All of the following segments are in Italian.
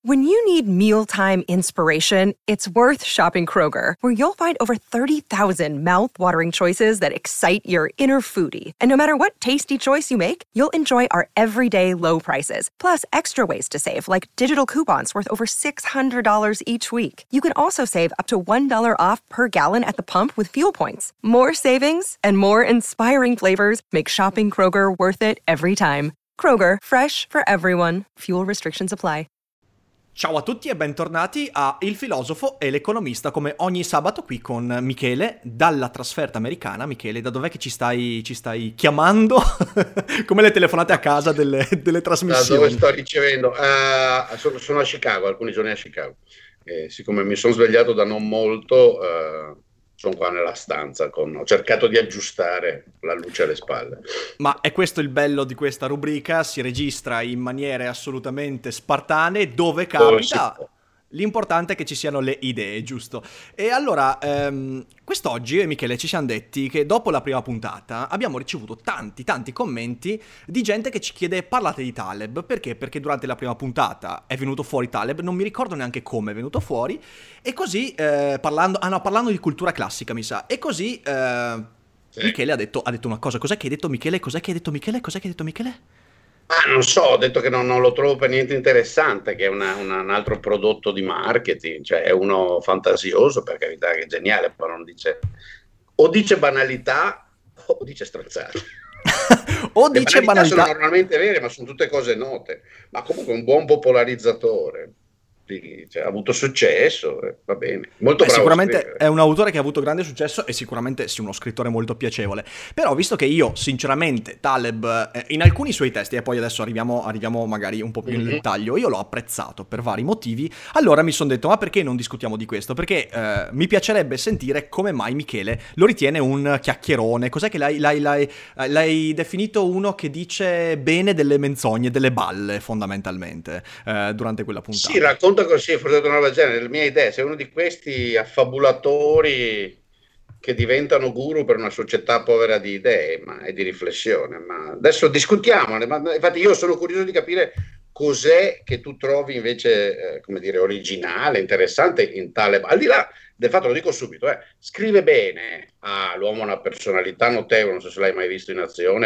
When you need mealtime inspiration, it's worth shopping Kroger, where you'll find over 30,000 mouth-watering choices that excite your inner foodie. And no matter what tasty choice you make, you'll enjoy our everyday low prices, plus extra ways to save, like digital coupons worth over $600 each week. You can also save up to $1 off per gallon at the pump with fuel points. More savings and more inspiring flavors make shopping Kroger worth it every time. Kroger, fresh for everyone. Fuel restrictions apply. Ciao a tutti e bentornati a Il Filosofo e l'Economista, come ogni sabato qui con Michele dalla trasferta americana. Michele, da dov'è che ci stai chiamando? Come le telefonate a casa delle trasmissioni? Da dove sto ricevendo? Sono a Chicago, alcuni giorni a Chicago. Siccome mi sono svegliato da non molto, sono qua nella stanza, ho cercato di aggiustare la luce alle spalle. Ma è questo il bello di questa rubrica, si registra in maniere assolutamente spartane, dove capita. L'importante è che ci siano le idee, giusto? E allora, quest'oggi io e Michele ci siamo detti che dopo la prima puntata abbiamo ricevuto tanti commenti di gente che ci chiede parlate di Taleb. Perché? Perché durante la prima puntata è venuto fuori Taleb, non mi ricordo neanche come è venuto fuori, e così parlando di cultura classica, mi sa, e così sì. Michele ha detto una cosa. Cos'è che hai detto, Michele? Cos'è che hai detto, Michele? Non so, ho detto che non lo trovo per niente interessante, che è un altro prodotto di marketing, cioè è uno fantasioso, per carità, che è geniale, ma non dice, o dice banalità o dice stronzate. O dice banalità sono normalmente vere, ma sono tutte cose note, ma comunque un buon popolarizzatore. Cioè, ha avuto successo, va bene, molto bravo. Sicuramente è un autore che ha avuto grande successo e sicuramente sì, uno scrittore molto piacevole. Però visto che io sinceramente Taleb in alcuni suoi testi, e poi adesso arriviamo magari un po' più nel dettaglio, io l'ho apprezzato per vari motivi, allora mi sono detto ma perché non discutiamo di questo? Perché mi piacerebbe sentire come mai Michele lo ritiene un chiacchierone. Cos'è che l'hai definito uno che dice bene delle menzogne, delle balle fondamentalmente durante quella puntata? Sì, racconta così, forse una roba del genere. La mia idea è sei uno di questi affabulatori che diventano guru per una società povera di idee e di riflessione. Ma adesso discutiamone. Infatti io sono curioso di capire cos'è che tu trovi invece, come dire, originale, interessante in Taleb. Al di là del fatto, lo dico subito, scrive bene, l'uomo ha una personalità notevole, non so se l'hai mai visto in azione, è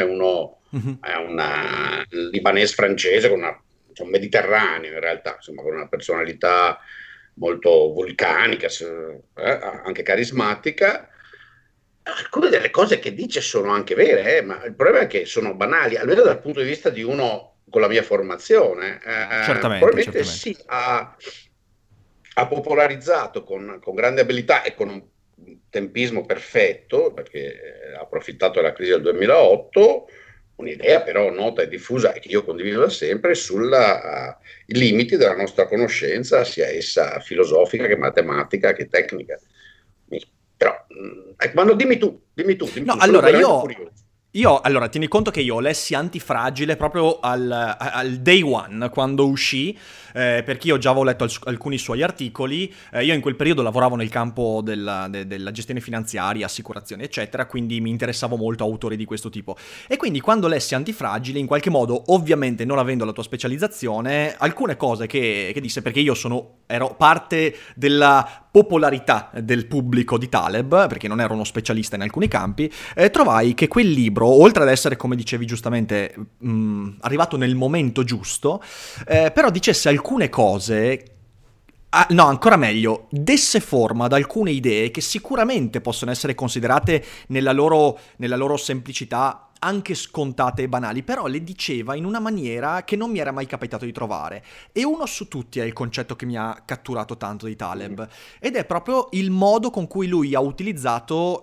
una libanese francese con un mediterraneo in realtà, insomma, con una personalità molto vulcanica, anche carismatica. Alcune delle cose che dice sono anche vere, ma il problema è che sono banali, almeno dal punto di vista di uno con la mia formazione. Probabilmente sì, ha popolarizzato con grande abilità e con un tempismo perfetto, perché ha approfittato della crisi del 2008, un'idea però nota e diffusa e che io condivido da sempre sui limiti della nostra conoscenza, sia essa filosofica che matematica che tecnica. Però, dimmi tu. No, allora allora, tieni conto che io lessi Antifragile proprio al day one, quando uscì, perché io già avevo letto alcuni suoi articoli. Io in quel periodo lavoravo nel campo della gestione finanziaria, assicurazioni, eccetera, quindi mi interessavo molto a autori di questo tipo. E quindi quando lessi Antifragile, in qualche modo, ovviamente non avendo la tua specializzazione, alcune cose che disse, perché io ero parte della popolarità del pubblico di Taleb, perché non ero uno specialista in alcuni campi, trovai che quel libro, oltre ad essere, come dicevi giustamente, arrivato nel momento giusto, però dicesse alcune cose, no, ancora meglio, desse forma ad alcune idee che sicuramente possono essere considerate nella loro semplicità anche scontate e banali, però le diceva in una maniera che non mi era mai capitato di trovare. E uno su tutti è il concetto che mi ha catturato tanto di Taleb, ed è proprio il modo con cui lui ha utilizzato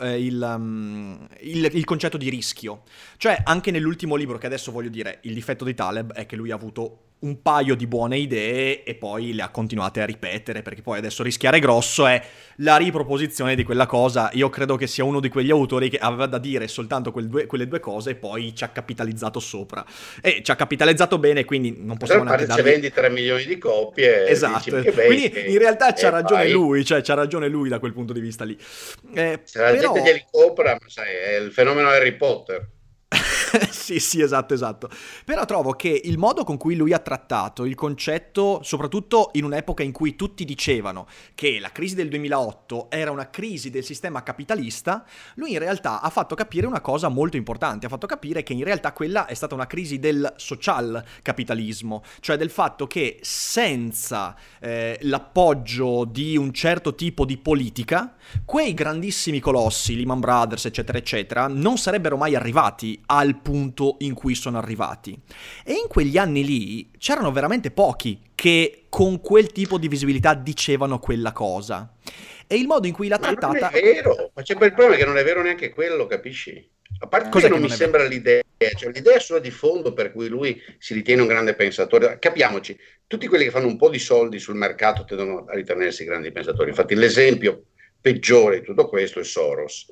il concetto di rischio. Cioè, anche nell'ultimo libro, che adesso voglio dire, il difetto di Taleb è che lui ha avuto un paio di buone idee e poi le ha continuate a ripetere, perché poi adesso rischiare grosso è la riproposizione di quella cosa. Io credo che sia uno di quegli autori che aveva da dire soltanto quelle due cose e poi ci ha capitalizzato sopra, e ci ha capitalizzato bene, quindi non possiamo neanche se vendi 3 milioni di copie, esatto, quindi in realtà c'ha ragione lui, cioè c'ha ragione lui da quel punto di vista lì. Se la gente glieli compra, sai, è il fenomeno Harry Potter. Sì, esatto. Però trovo che il modo con cui lui ha trattato il concetto, soprattutto in un'epoca in cui tutti dicevano che la crisi del 2008 era una crisi del sistema capitalista, lui in realtà ha fatto capire una cosa molto importante, ha fatto capire che in realtà quella è stata una crisi del social capitalismo, cioè del fatto che senza l'appoggio di un certo tipo di politica, quei grandissimi colossi, Lehman Brothers, eccetera, eccetera, non sarebbero mai arrivati al punto in cui sono arrivati. E in quegli anni lì c'erano veramente pochi che con quel tipo di visibilità dicevano quella cosa. E il modo in cui l'ha trattata... non è vero, ma c'è quel problema che non è vero neanche quello, capisci? A parte che non mi sembra l'idea, cioè l'idea sua di fondo per cui lui si ritiene un grande pensatore. Capiamoci, tutti quelli che fanno un po' di soldi sul mercato tendono a ritenersi grandi pensatori. Infatti l'esempio peggiore di tutto questo è Soros,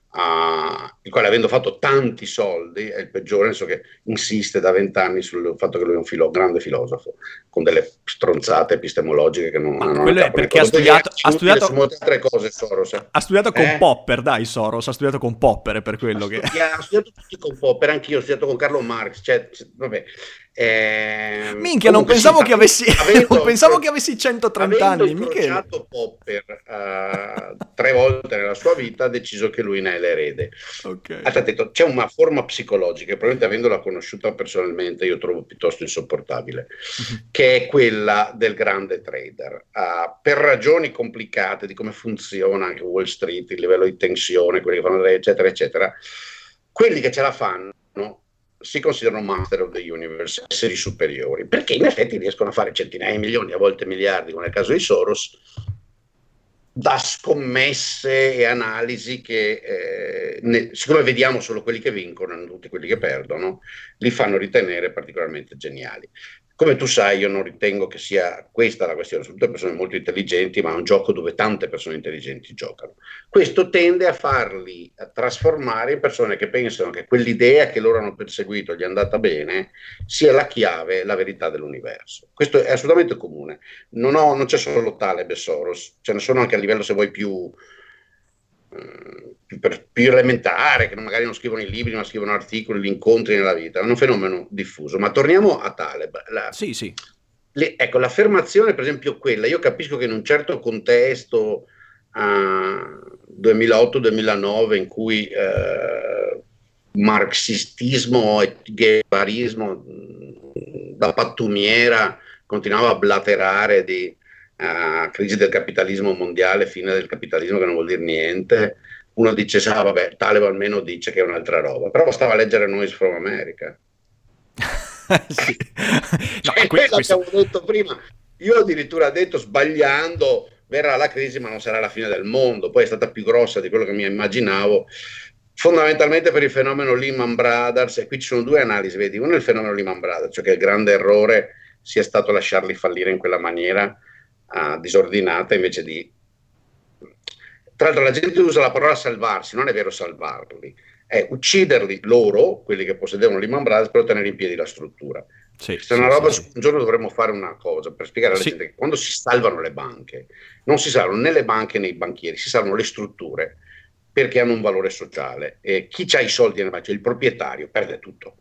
il quale, avendo fatto tanti soldi, è il peggiore, nel senso che insiste da 20 anni sul fatto che lui è un grande filosofo, con delle stronzate epistemologiche che non hanno... Quello è perché ha studiato altre cose, Soros. Ha studiato con Popper, dai, Soros, ha studiato con Popper, è per quello che... Ha studiato tutti con Popper, anch'io ho studiato con Carlo Marx, vabbè. Minchia, non pensavo che avessi 130 anni, Michele. Ha Popper 3 volte nella sua vita, ha deciso che lui ne è l'erede. Okay. Ha detto, c'è una forma psicologica, che probabilmente avendola conosciuta personalmente io trovo piuttosto insopportabile, che è quella del grande trader. Per ragioni complicate di come funziona anche Wall Street, il livello di tensione, quelli che fanno eccetera, eccetera, quelli che ce la fanno si considerano master of the universe, esseri superiori, perché in effetti riescono a fare centinaia di milioni, a volte miliardi, come nel caso di Soros, da scommesse e analisi che, siccome vediamo solo quelli che vincono e non tutti quelli che perdono, li fanno ritenere particolarmente geniali. Come tu sai, io non ritengo che sia questa la questione, sono tutte persone molto intelligenti, ma è un gioco dove tante persone intelligenti giocano. Questo tende a farli trasformare in persone che pensano che quell'idea che loro hanno perseguito gli è andata bene sia la chiave, la verità dell'universo. Questo è assolutamente comune. Non c'è solo Taleb e Soros, ce ne sono anche a livello, se vuoi, più elementare, che magari non scrivono i libri ma scrivono articoli, li incontri nella vita, è un fenomeno diffuso. Ma torniamo a Taleb. Sì. Ecco, l'affermazione, per esempio, quella, io capisco che in un certo contesto 2008-2009 in cui marxistismo e guevaraismo da pattumiera continuava a blaterare di crisi del capitalismo mondiale, fine del capitalismo, che non vuol dire niente. Uno dice, vabbè, Taleb almeno dice che è un'altra roba, però bastava leggere Noise from America. Sì. L'abbiamo detto prima, io addirittura ho detto, sbagliando, verrà la crisi ma non sarà la fine del mondo, poi è stata più grossa di quello che mi immaginavo, fondamentalmente per il fenomeno Lehman Brothers. E qui ci sono 2 analisi, vedi, uno è il fenomeno Lehman Brothers, cioè che il grande errore sia stato lasciarli fallire in quella maniera disordinata, invece di... Tra l'altro la gente usa la parola salvarsi, non è vero salvarli, è ucciderli loro, quelli che possedevano Lehman Brothers, per ottenere in piedi la struttura. Sì, è una roba. Un giorno dovremmo fare una cosa per spiegare alla gente che quando si salvano le banche non si salvano né le banche né i banchieri, si salvano le strutture, perché hanno un valore sociale, e chi ha i soldi nella banca, cioè il proprietario, perde tutto.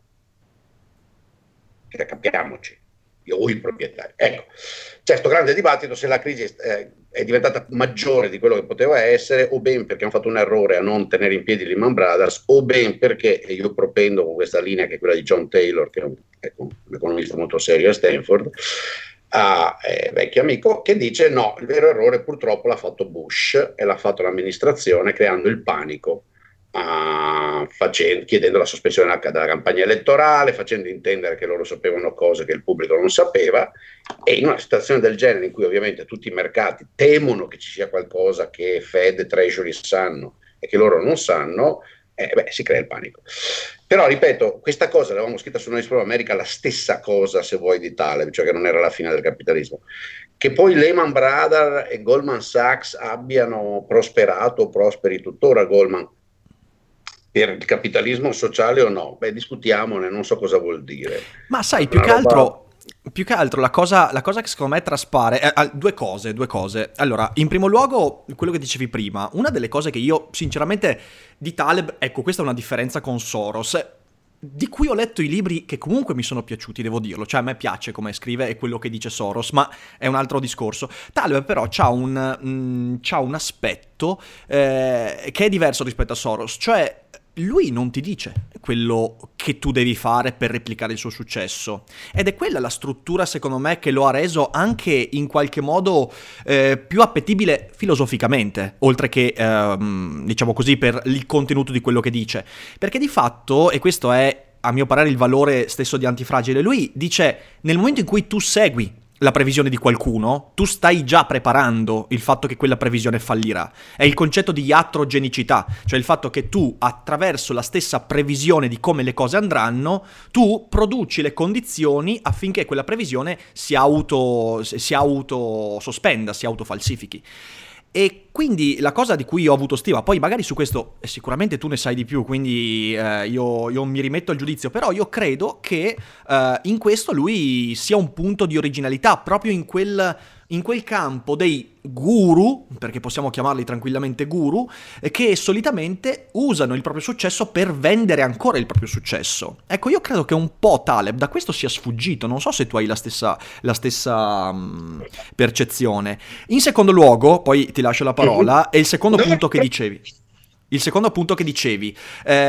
Capiamoci, o il proprietario. Ecco, c'è questo grande dibattito se la crisi è diventata maggiore di quello che poteva essere, o ben perché hanno fatto un errore a non tenere in piedi Lehman Brothers, o ben perché, e io propendo con questa linea che è quella di John Taylor, che è un economista molto serio a Stanford, vecchio amico, che dice no, il vero errore purtroppo l'ha fatto Bush e l'ha fatto l'amministrazione, creando il panico, chiedendo la sospensione della campagna elettorale, facendo intendere che loro sapevano cose che il pubblico non sapeva, e in una situazione del genere in cui ovviamente tutti i mercati temono che ci sia qualcosa che Fed e Treasury sanno e che loro non sanno, si crea il panico. Però ripeto, questa cosa l'avevamo scritta su Noise from America, la stessa cosa, se vuoi, di Taleb, cioè che non era la fine del capitalismo. Che poi Lehman Brothers e Goldman Sachs abbiano prosperato o prosperi tuttora Goldman per il capitalismo sociale o no? Discutiamone, non so cosa vuol dire. Ma sai, più che altro la cosa che secondo me traspare due cose. Allora, in primo luogo, quello che dicevi prima, una delle cose che io sinceramente di Taleb, ecco, questa è una differenza con Soros. di cui ho letto i libri che comunque mi sono piaciuti, devo dirlo, cioè a me piace come scrive e quello che dice Soros, ma è un altro discorso. Taleb però c'ha un aspetto che è diverso rispetto a Soros, cioè lui non ti dice quello che tu devi fare per replicare il suo successo, ed è quella la struttura secondo me che lo ha reso anche in qualche modo più appetibile filosoficamente, oltre che diciamo così per il contenuto di quello che dice, perché di fatto, e questo è a mio parere il valore stesso di Antifragile, lui dice nel momento in cui tu segui la previsione di qualcuno, tu stai già preparando il fatto che quella previsione fallirà. È il concetto di iatrogenicità, cioè il fatto che tu, attraverso la stessa previsione di come le cose andranno, tu produci le condizioni affinché quella previsione si autosospenda, si autofalsifichi. E quindi la cosa di cui ho avuto stima, poi magari su questo sicuramente tu ne sai di più, quindi io mi rimetto al giudizio, però io credo che in questo lui sia un punto di originalità, proprio in quel campo dei guru, perché possiamo chiamarli tranquillamente guru, che solitamente usano il proprio successo per vendere ancora il proprio successo. Ecco, io credo che un po' Taleb da questo sia sfuggito, non so se tu hai la stessa percezione. In secondo luogo, poi ti lascio la parola, è il secondo punto che dicevi. Il secondo punto che dicevi.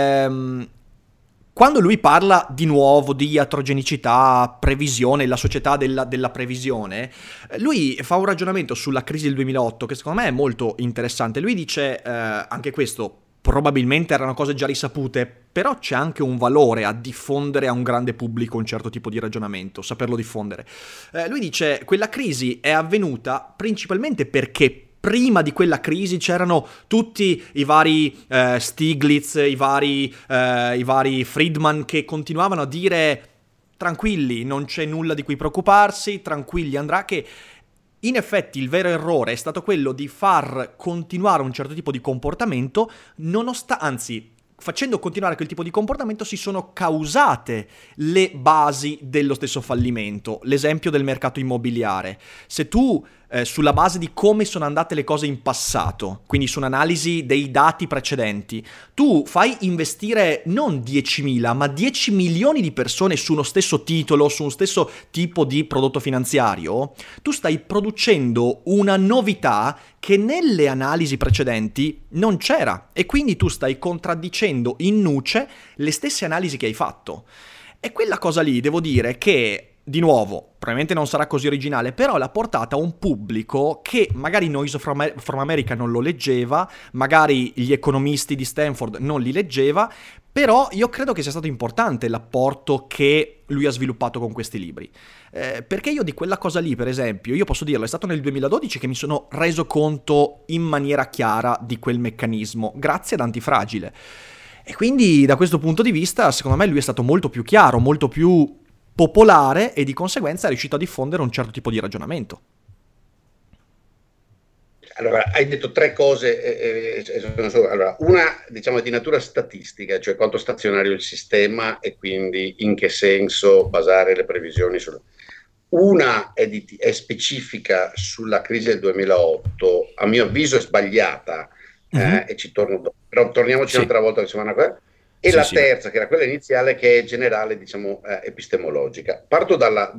Quando lui parla di nuovo di iatrogenicità, previsione, la società della previsione, lui fa un ragionamento sulla crisi del 2008 che secondo me è molto interessante. Lui dice, anche questo probabilmente erano cose già risapute, però c'è anche un valore a diffondere a un grande pubblico un certo tipo di ragionamento, saperlo diffondere. Lui dice, quella crisi è avvenuta principalmente perché prima di quella crisi c'erano tutti i vari Stiglitz, i vari Friedman che continuavano a dire tranquilli, non c'è nulla di cui preoccuparsi, tranquilli andrà, che in effetti il vero errore è stato quello di far continuare un certo tipo di comportamento, anzi, facendo continuare quel tipo di comportamento si sono causate le basi dello stesso fallimento. L'esempio del mercato immobiliare. Se tu sulla base di come sono andate le cose in passato, quindi su un'analisi dei dati precedenti, tu fai investire non 10.000 ma 10 milioni di persone su uno stesso titolo, su uno stesso tipo di prodotto finanziario, tu stai producendo una novità che nelle analisi precedenti non c'era, e quindi tu stai contraddicendo in nuce le stesse analisi che hai fatto. E quella cosa lì, devo dire che, di nuovo, probabilmente non sarà così originale, però l'ha portata a un pubblico che magari Noise from America non lo leggeva, magari gli economisti di Stanford non li leggeva, però io credo che sia stato importante l'apporto che lui ha sviluppato con questi libri. Perché io di quella cosa lì, per esempio, io posso dirlo, è stato nel 2012 che mi sono reso conto in maniera chiara di quel meccanismo, grazie ad Antifragile. E quindi da questo punto di vista, secondo me lui è stato molto più chiaro, molto più popolare, e di conseguenza è riuscito a diffondere un certo tipo di ragionamento. Allora, hai detto tre cose, allora, una diciamo di natura statistica, cioè quanto stazionario è il sistema e quindi in che senso basare le previsioni. Una è specifica sulla crisi del 2008, a mio avviso è sbagliata, e ci torno dopo, però torniamoci un'altra volta che siamo e la terza, che era quella iniziale, che è generale, diciamo, epistemologica. Parto da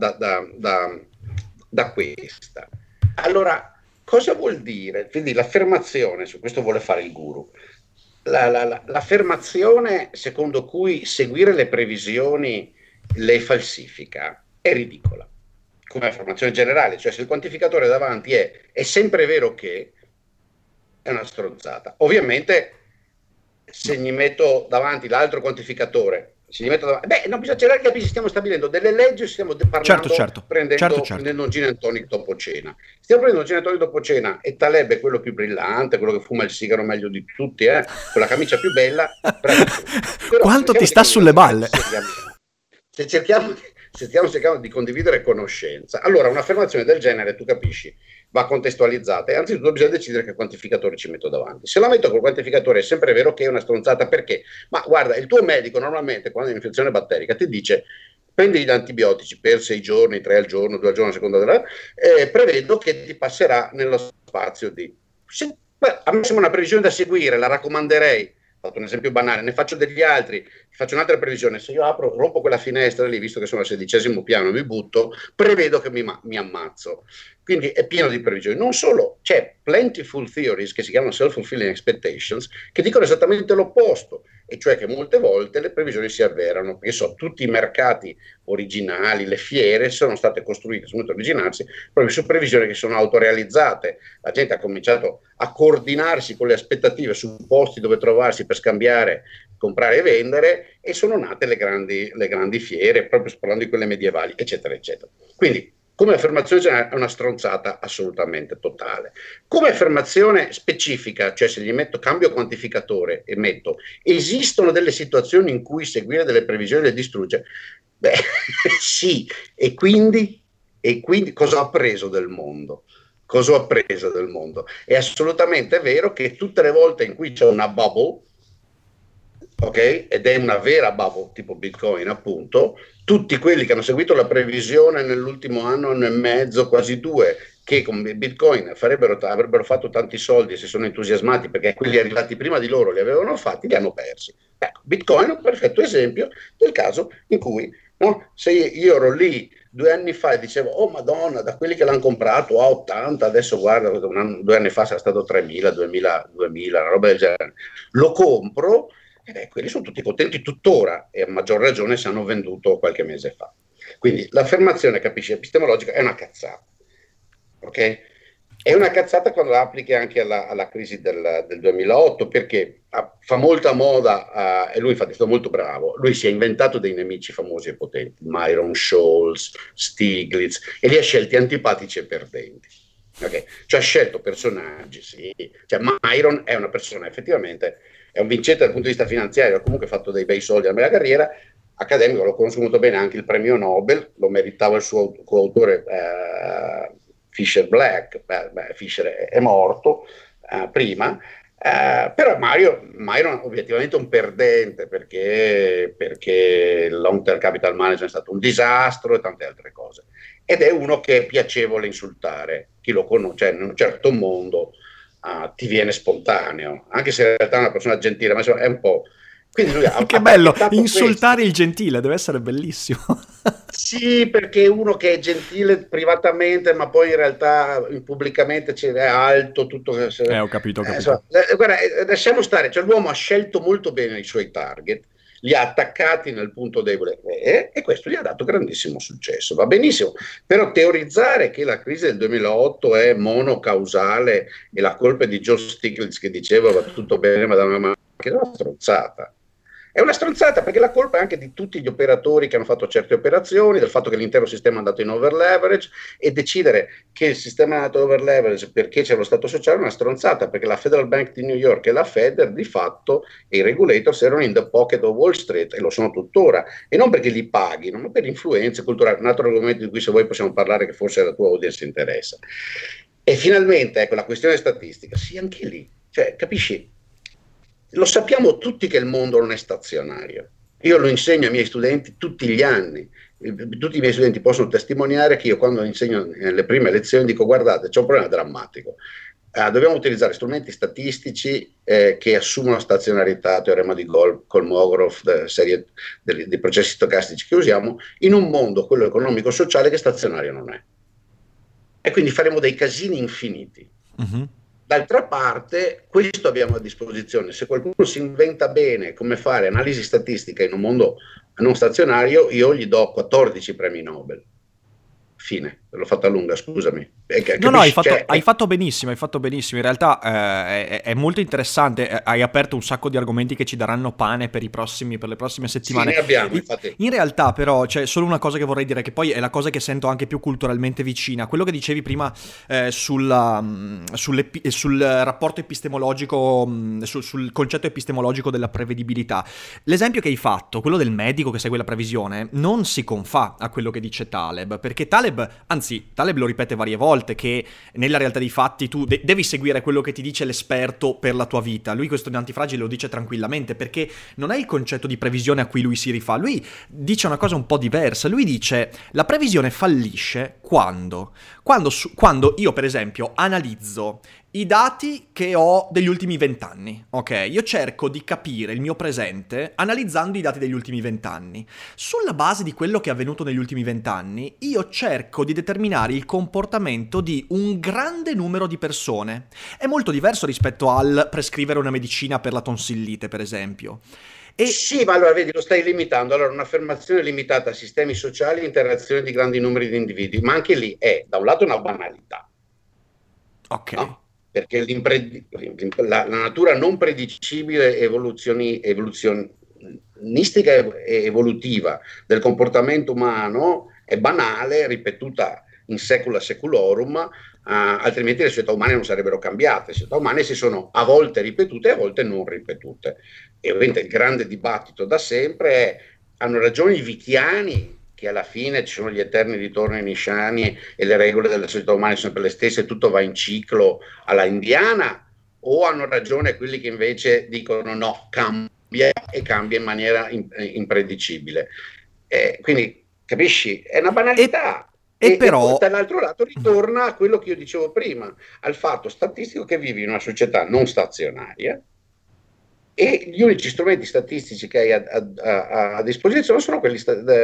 questa. Allora, cosa vuol dire? Quindi l'affermazione, su questo vuole fare il guru, l'affermazione secondo cui seguire le previsioni le falsifica è ridicola, come affermazione generale, cioè se il quantificatore davanti è sempre vero che, è una stronzata. Ovviamente se gli metto davanti l'altro quantificatore, no, bisogna cercare di capire se stiamo stabilendo delle leggi o stiamo parlando, prendendo un gin and tonic dopo cena. Stiamo prendendo un gin and tonic dopo cena e Taleb è quello più brillante, quello che fuma il sigaro meglio di tutti, con la camicia più bella. Quanto ti sta sulle balle? Se stiamo cercando di condividere conoscenza, allora un'affermazione del genere, tu capisci, va contestualizzata, e anzitutto bisogna decidere che quantificatore ci metto davanti. Se la metto col quantificatore è sempre vero che è una stronzata, perché? Ma guarda, il tuo medico normalmente quando è un'infezione batterica ti dice prendi gli antibiotici per 6 giorni, 3 al giorno, 2 al giorno a seconda della prevedo che ti passerà nello spazio di... a me sembra una previsione da seguire, la raccomanderei. fatto un esempio banale, ne faccio degli altri, faccio un'altra previsione, se io rompo quella finestra lì, visto che sono al 16° piano, mi butto, prevedo che mi ammazzo. Quindi è pieno di previsioni. Non solo, c'è plentiful theories che si chiamano self-fulfilling expectations che dicono esattamente l'opposto, e cioè che molte volte le previsioni si avverano, perché tutti i mercati originali, le fiere sono state costruite, sono venute a originarsi proprio su previsioni che sono autorealizzate. La gente ha cominciato a coordinarsi con le aspettative su posti dove trovarsi per scambiare, comprare e vendere, e sono nate le grandi fiere, proprio parlando di quelle medievali, eccetera, eccetera. Quindi, come affermazione generale è una stronzata assolutamente totale. Come affermazione specifica, cioè se gli metto cambio quantificatore e metto esistono delle situazioni in cui seguire delle previsioni le distrugge, beh sì, e quindi cosa ho appreso del mondo? Cosa ho appreso del mondo? È assolutamente vero che tutte le volte in cui c'è una bubble, ok, ed è una vera bubble tipo Bitcoin appunto, tutti quelli che hanno seguito la previsione nell'ultimo anno e mezzo, quasi 2, che con Bitcoin avrebbero fatto tanti soldi e si sono entusiasmati perché quelli arrivati prima di loro li avevano fatti, li hanno persi. Ecco, Bitcoin è un perfetto esempio del caso in cui, no, se io ero lì 2 anni fa e dicevo, oh madonna, da quelli che l'hanno comprato a 80, adesso guarda, 2 anni fa sarà stato 3.000, 2.000, una roba del genere, lo compro, quelli sono tutti contenti tuttora, e a maggior ragione se hanno venduto qualche mese fa. Quindi l'affermazione, capisci, epistemologica è una cazzata, ok? È una cazzata quando la applichi anche alla crisi del 2008, perché fa molta moda, e lui infatti è stato molto bravo, lui si è inventato dei nemici famosi e potenti, Myron Scholes, Stiglitz, e li ha scelti antipatici e perdenti. Okay? Cioè ha scelto personaggi, sì. Cioè Myron è una persona, effettivamente, è un vincente dal punto di vista finanziario, ha comunque fatto dei bei soldi nella mia carriera, accademico lo conosco molto bene, anche il premio Nobel, lo meritava il suo coautore Fisher Black, Fisher è morto prima, però Myron obiettivamente è un perdente perché il long term capital management è stato un disastro e tante altre cose, ed è uno che è piacevole insultare, chi lo conosce, cioè in un certo mondo ti viene spontaneo, anche se in realtà è una persona gentile, ma è un po'... Quindi lui che bello, insultare il gentile, deve essere bellissimo. Sì, perché uno che è gentile privatamente, ma poi in realtà pubblicamente è alto, tutto... Ho capito. Guarda, lasciamo stare, cioè l'uomo ha scelto molto bene i suoi target, li ha attaccati nel punto debole e questo gli ha dato grandissimo successo, va benissimo, però teorizzare che la crisi del 2008 è monocausale e la colpa è di Joe Stiglitz che diceva va tutto bene ma da una macchina, è una stronzata. È una stronzata perché la colpa è anche di tutti gli operatori che hanno fatto certe operazioni, del fatto che l'intero sistema è andato in over leverage, e decidere che il sistema è andato over leverage perché c'è lo Stato sociale è una stronzata, perché la Federal Bank di New York e la Fed di fatto e i regulators erano in the pocket of Wall Street e lo sono tuttora, e non perché li paghino, ma per influenze culturali, un altro argomento di cui se vuoi possiamo parlare che forse la tua audience interessa. E finalmente ecco la questione statistica, sì, anche lì, cioè capisci? Lo sappiamo tutti che il mondo non è stazionario. Io lo insegno ai miei studenti tutti gli anni. Tutti i miei studenti possono testimoniare che io quando insegno le prime lezioni dico guardate, c'è un problema drammatico. Dobbiamo utilizzare strumenti statistici che assumono stazionarietà, teorema di Kolmogorov, serie dei processi stocastici che usiamo, in un mondo, quello economico-sociale, che stazionario non è. E quindi faremo dei casini infiniti. Mm-hmm. D'altra parte, questo abbiamo a disposizione. Se qualcuno si inventa bene come fare analisi statistica in un mondo non stazionario, io gli do 14 premi Nobel. Fine, l'ho fatta lunga, scusami. No, hai fatto benissimo, in realtà è molto interessante, hai aperto un sacco di argomenti che ci daranno pane per le prossime settimane. Sì, ne abbiamo, infatti. In realtà però c'è solo una cosa che vorrei dire, che poi è la cosa che sento anche più culturalmente vicina, quello che dicevi prima sul rapporto epistemologico, sul concetto epistemologico della prevedibilità. L'esempio che hai fatto, quello del medico che segue la previsione, non si confà a quello che dice Taleb, perché Taleb lo ripete varie volte che nella realtà dei fatti tu devi seguire quello che ti dice l'esperto per la tua vita. Lui questo di antifragile lo dice tranquillamente, perché non è il concetto di previsione a cui lui si rifà. Lui dice una cosa un po' diversa. Lui dice la previsione fallisce quando quando io, per esempio, analizzo i dati che ho degli ultimi 20 anni, ok? Io cerco di capire il mio presente analizzando i dati degli ultimi 20 anni. Sulla base di quello che è avvenuto negli ultimi 20 anni, io cerco di determinare il comportamento di un grande numero di persone. È molto diverso rispetto al prescrivere una medicina per la tonsillite, per esempio. Sì, ma allora vedi, lo stai limitando. Allora, un'affermazione limitata a sistemi sociali e interazione di grandi numeri di individui, ma anche lì è, da un lato, una banalità. Ok. No? Perché la natura non predicibile evoluzionistica e evolutiva del comportamento umano è banale, ripetuta in secula seculorum, altrimenti le società umane non sarebbero cambiate. Le società umane si sono a volte ripetute e a volte non ripetute. E ovviamente il grande dibattito da sempre è: hanno ragione i Wicchiani, che alla fine ci sono gli eterni ritorni nisciani e le regole delle società umane sono sempre le stesse, tutto va in ciclo alla indiana, o hanno ragione quelli che invece dicono no, cambia e cambia in maniera impredicibile? Quindi, capisci? È una banalità. E però, poi, dall'altro lato, ritorna a quello che io dicevo prima, al fatto statistico che vivi in una società non stazionaria, e gli unici strumenti statistici che hai a disposizione sono quelli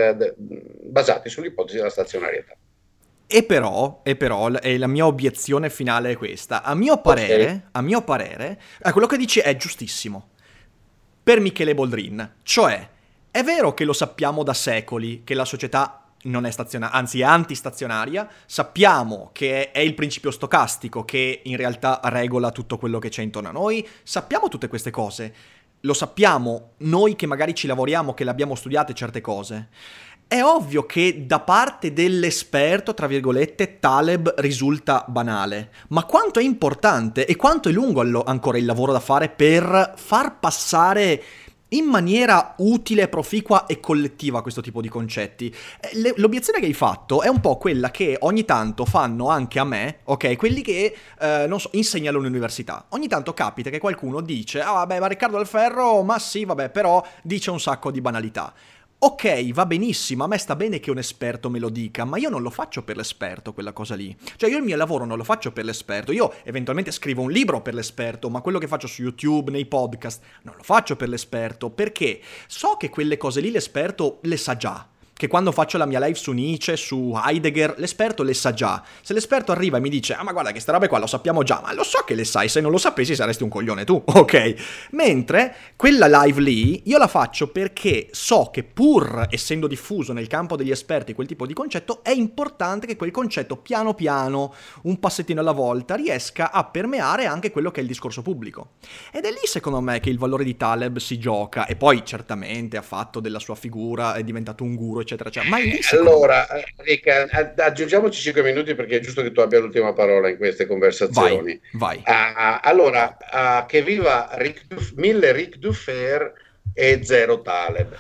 basati sull'ipotesi della stazionarietà. E però, e la mia obiezione finale è questa: a mio parere, quello che dici è giustissimo per Michele Boldrin. Cioè, è vero che lo sappiamo da secoli che la società non è stazionaria, anzi è antistazionaria. Sappiamo che è il principio stocastico che in realtà regola tutto quello che c'è intorno a noi. Sappiamo tutte queste cose. Lo sappiamo noi che magari ci lavoriamo, che le abbiamo studiate certe cose. È ovvio che da parte dell'esperto, tra virgolette, Taleb risulta banale. Ma quanto è importante e quanto è lungo ancora il lavoro da fare per far passare in maniera utile, proficua e collettiva questo tipo di concetti. L'obiezione che hai fatto è un po' quella che ogni tanto fanno anche a me, ok? Quelli che, non so, insegnano all'università. Ogni tanto capita che qualcuno dice: ah vabbè, ma Riccardo Del Ferro, ma sì, vabbè, però dice un sacco di banalità. Ok, va benissimo, a me sta bene che un esperto me lo dica, ma io non lo faccio per l'esperto quella cosa lì. Cioè io il mio lavoro non lo faccio per l'esperto, io eventualmente scrivo un libro per l'esperto, ma quello che faccio su YouTube, nei podcast, non lo faccio per l'esperto, perché so che quelle cose lì l'esperto le sa già. Che quando faccio la mia live su Nietzsche, su Heidegger, l'esperto le sa già. Se l'esperto arriva e mi dice: ah ma guarda che sta roba qua lo sappiamo già, ma lo so che le sai, se non lo sapessi saresti un coglione tu, ok? Mentre quella live lì io la faccio perché so che, pur essendo diffuso nel campo degli esperti quel tipo di concetto, è importante che quel concetto piano piano, un passettino alla volta, riesca a permeare anche quello che è il discorso pubblico. Ed è lì secondo me che il valore di Taleb si gioca. E poi certamente ha fatto della sua figura, è diventato un guru, eccetera, eccetera. Ma allora, Ricca, aggiungiamoci 5 minuti perché è giusto che tu abbia l'ultima parola in queste conversazioni. Vai. Allora, che viva mille Ric Dufer e zero Taleb.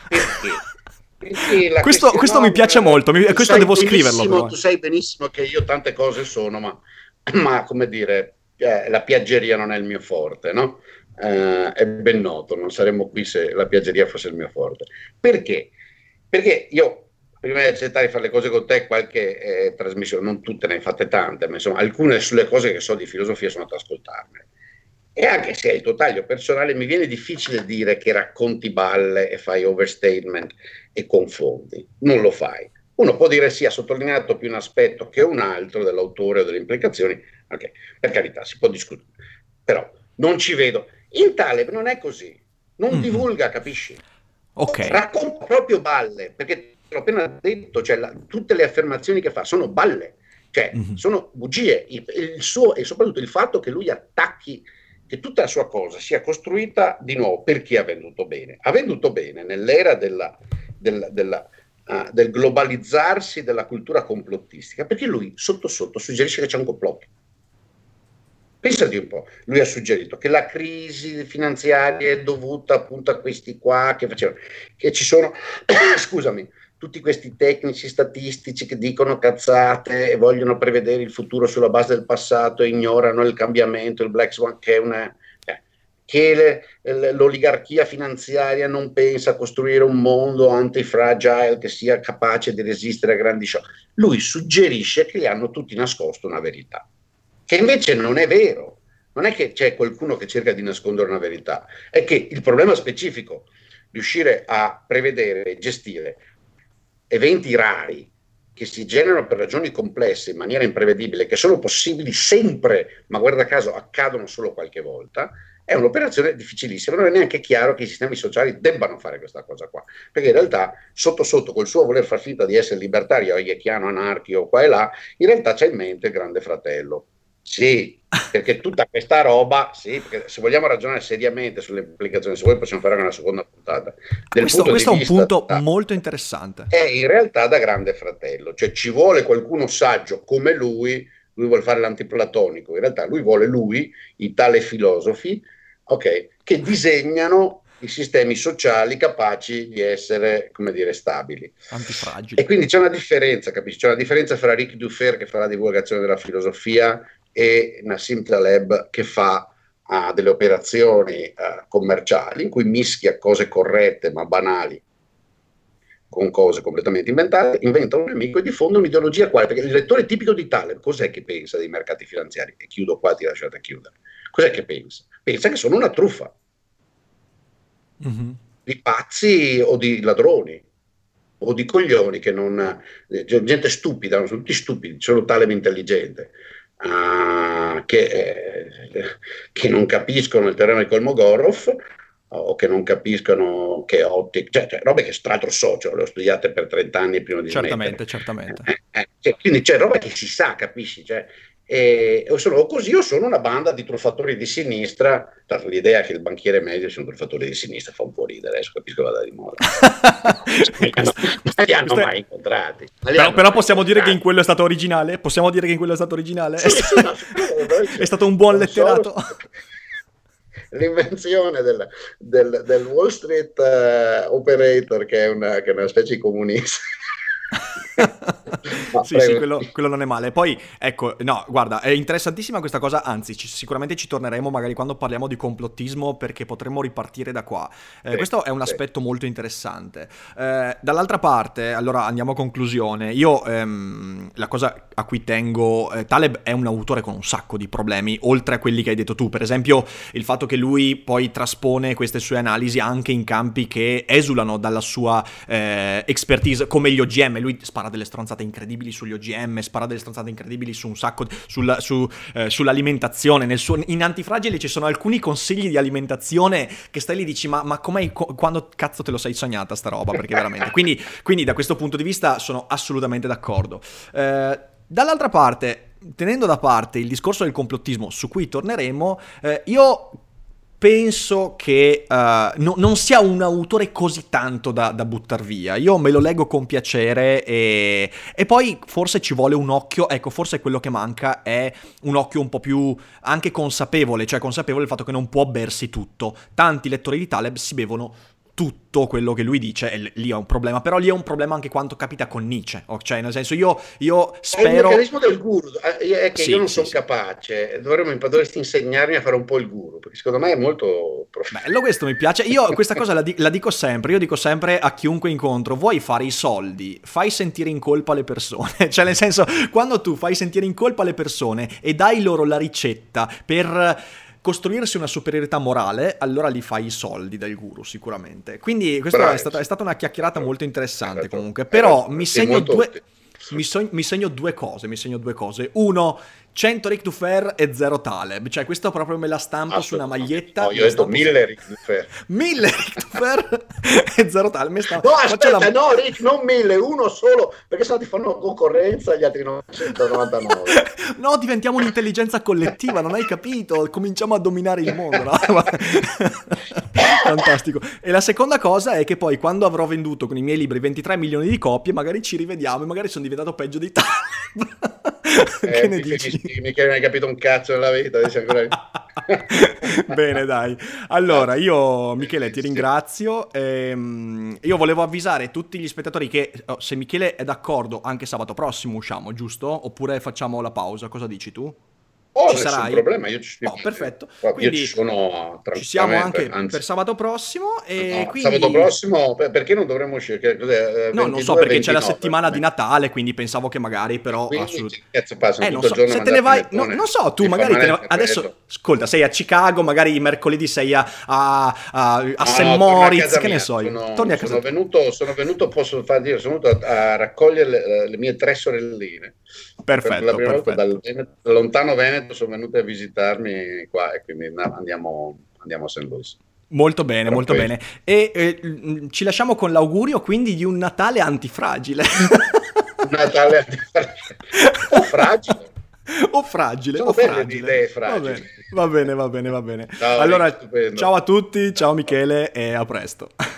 Perché? Questo mi piace molto, questo devo scriverlo. Però. Tu sai benissimo che io tante cose sono, ma come dire, la piaggeria non è il mio forte, no? È ben noto, non saremmo qui se la piaggeria fosse il mio forte. Perché? Perché io, prima di accettare di fare le cose con te, qualche trasmissione, non tutte, ne hai fatte tante, ma insomma alcune sulle cose che so di filosofia sono andato ad ascoltarne. E anche se hai il tuo taglio personale, mi viene difficile dire che racconti balle e fai overstatement e confondi. Non lo fai. Uno può dire sì, ha sottolineato più un aspetto che un altro dell'autore o delle implicazioni, ok, per carità, si può discutere. Però non ci vedo. In Taleb non è così. Non divulga, capisci? Ok. Racconta proprio balle, perché l'ho appena detto, cioè tutte le affermazioni che fa sono balle, cioè sono bugie. Il suo, e soprattutto il fatto che lui attacchi, che tutta la sua cosa sia costruita di nuovo perché ha venduto bene. Ha venduto bene nell'era del globalizzarsi della cultura complottistica, perché lui sotto sotto suggerisce che c'è un complotto. Pensate un po', lui ha suggerito che la crisi finanziaria è dovuta appunto a questi qua che ci sono, scusami, tutti questi tecnici statistici che dicono cazzate e vogliono prevedere il futuro sulla base del passato e ignorano il cambiamento, il Black Swan, che è una... che l'oligarchia finanziaria non pensa a costruire un mondo antifragile che sia capace di resistere a grandi shock. Lui suggerisce che gli hanno tutti nascosto una verità, che invece non è vero. Non è che c'è qualcuno che cerca di nascondere una verità, è che il problema specifico, riuscire a prevedere e gestire eventi rari che si generano per ragioni complesse in maniera imprevedibile, che sono possibili sempre, ma guarda caso accadono solo qualche volta, è un'operazione difficilissima. Non è neanche chiaro che i sistemi sociali debbano fare questa cosa qua, perché in realtà sotto sotto, col suo voler far finta di essere libertario, hayecchiano, anarchico, qua e là, in realtà c'ha in mente il Grande Fratello. Sì, perché tutta questa roba, sì, perché se vogliamo ragionare seriamente sulle implicazioni, se vuoi possiamo fare una seconda puntata. Questo è un punto molto interessante. È in realtà da Grande Fratello, cioè ci vuole qualcuno saggio come lui vuole fare l'antiplatonico, in realtà lui, i tale filosofi, ok, che disegnano i sistemi sociali capaci di essere, come dire, stabili. Antifragili. E quindi c'è una differenza, capisci? C'è una differenza fra Rick Dufer che fa la divulgazione della filosofia e Nassim Taleb che fa delle operazioni commerciali in cui mischia cose corrette ma banali con cose completamente inventate, inventa un nemico e diffonde un'ideologia quale, perché il lettore tipico di Taleb cos'è che pensa dei mercati finanziari? E chiudo qua, ti lasciate chiudere. Cos'è che pensa? Pensa che sono una truffa. Di pazzi o di ladroni o di coglioni che non gente stupida, non sono tutti stupidi, solo Taleb intelligente. Che non capiscono il teorema di Kolmogorov o che non capiscono che ottica, cioè robe che tra l'altro so, le ho studiate per 30 anni prima di certamente. Quindi c'è roba che si sa, capisci? O sono così o sono una banda di truffatori di sinistra. L'idea che il banchiere medio sia un truffatore di sinistra fa un po' ridere, adesso capisco che vada di moda. Non li hanno mai incontrati. Però possiamo dire che in quello è stato originale? Possiamo dire che in quello è stato originale? Sì, è stato un buon letterato. L'invenzione del Wall Street Operator, che è una specie di comunista. Sì, quello non è male. Poi, ecco, no, guarda, è interessantissima questa cosa, anzi, sicuramente ci torneremo magari quando parliamo di complottismo, perché potremmo ripartire da qua. Questo è un aspetto molto interessante. Dall'altra parte, allora andiamo a conclusione. Io, la cosa a cui tengo, Taleb è un autore con un sacco di problemi, oltre a quelli che hai detto tu. Per esempio, il fatto che lui poi traspone queste sue analisi anche in campi che esulano dalla sua expertise, come gli OGM. Lui spara delle stronzate incredibili sugli OGM, spara delle stronzate incredibili su un sacco sull'alimentazione. In Antifragili ci sono alcuni consigli di alimentazione che stai lì e dici ma quando cazzo te lo sei sognata sta roba, perché veramente quindi da questo punto di vista sono assolutamente d'accordo. Dall'altra parte, tenendo da parte il discorso del complottismo su cui torneremo, io penso che non sia un autore così tanto da buttar via. Io me lo leggo con piacere e poi forse ci vuole un occhio, ecco, forse quello che manca è un occhio un po' più anche consapevole, cioè consapevole del fatto che non può bersi tutto. Tanti lettori di Taleb si bevono tutto quello che lui dice, e lì è un problema, però lì è un problema anche quanto capita con Nietzsche, cioè nel senso io spero... È il meccanismo del guru, è che io non sono capace, dovresti insegnarmi a fare un po' il guru, perché secondo me è molto bello, questo mi piace. Io questa cosa la dico sempre, io dico sempre a chiunque incontro: vuoi fare i soldi, fai sentire in colpa le persone. Cioè nel senso, quando tu fai sentire in colpa le persone e dai loro la ricetta per costruirsi una superiorità morale, allora li fai i soldi del guru sicuramente. Quindi questa è stata una chiacchierata molto interessante comunque. Però mi segno due cose. Uno, 100 Rick Dufer e 0 Taleb, cioè questo proprio me la stampo su una maglietta. No, io ho detto 1000 Rick Dufer. 1000 Rick Dufer e 0 Taleb. No, aspetta, no Rick, non 1000, uno solo, perché sennò ti fanno concorrenza gli altri 999. No, diventiamo un'intelligenza collettiva, non hai capito? Cominciamo a dominare il mondo, no? Fantastico. E la seconda cosa è che poi quando avrò venduto con i miei libri 23 milioni di copie, magari ci rivediamo e magari sono diventato peggio di Taleb. Che ne dici? Mica non hai capito un cazzo nella vita. Bene, dai. Allora, io Michele ti ringrazio. Io volevo avvisare tutti gli spettatori che se Michele è d'accordo anche sabato prossimo usciamo, giusto? Oppure facciamo la pausa, cosa dici tu? Ci nessun sarai? problema, io Perfetto. Io ci sono tranquillamente. Ci siamo anche anzi, per sabato prossimo. E quindi... Sabato prossimo, perché non dovremmo uscire? No, non so, perché c'è la settimana di Natale, quindi pensavo che magari però... Quindi, cazzo passano non tutto so, il giorno se te ne vai... non so, tu magari adesso... Ascolta, sei a Chicago, magari mercoledì sei a St. Moritz, che ne so io. Torni a casa. Sono venuto, posso far dire, sono venuto a raccogliere le mie 3 sorelline. Perfetto, per la prima volta dal lontano Veneto sono venute a visitarmi qua e quindi andiamo a St. Louis. Molto bene, molto bene. E ci lasciamo con l'augurio quindi di un Natale antifragile. Natale antifragile. O fragile. O fragile. Sono belle le idee fragili. Va bene. Ciao, allora, stupendo. ciao a tutti, ciao Michele e a presto.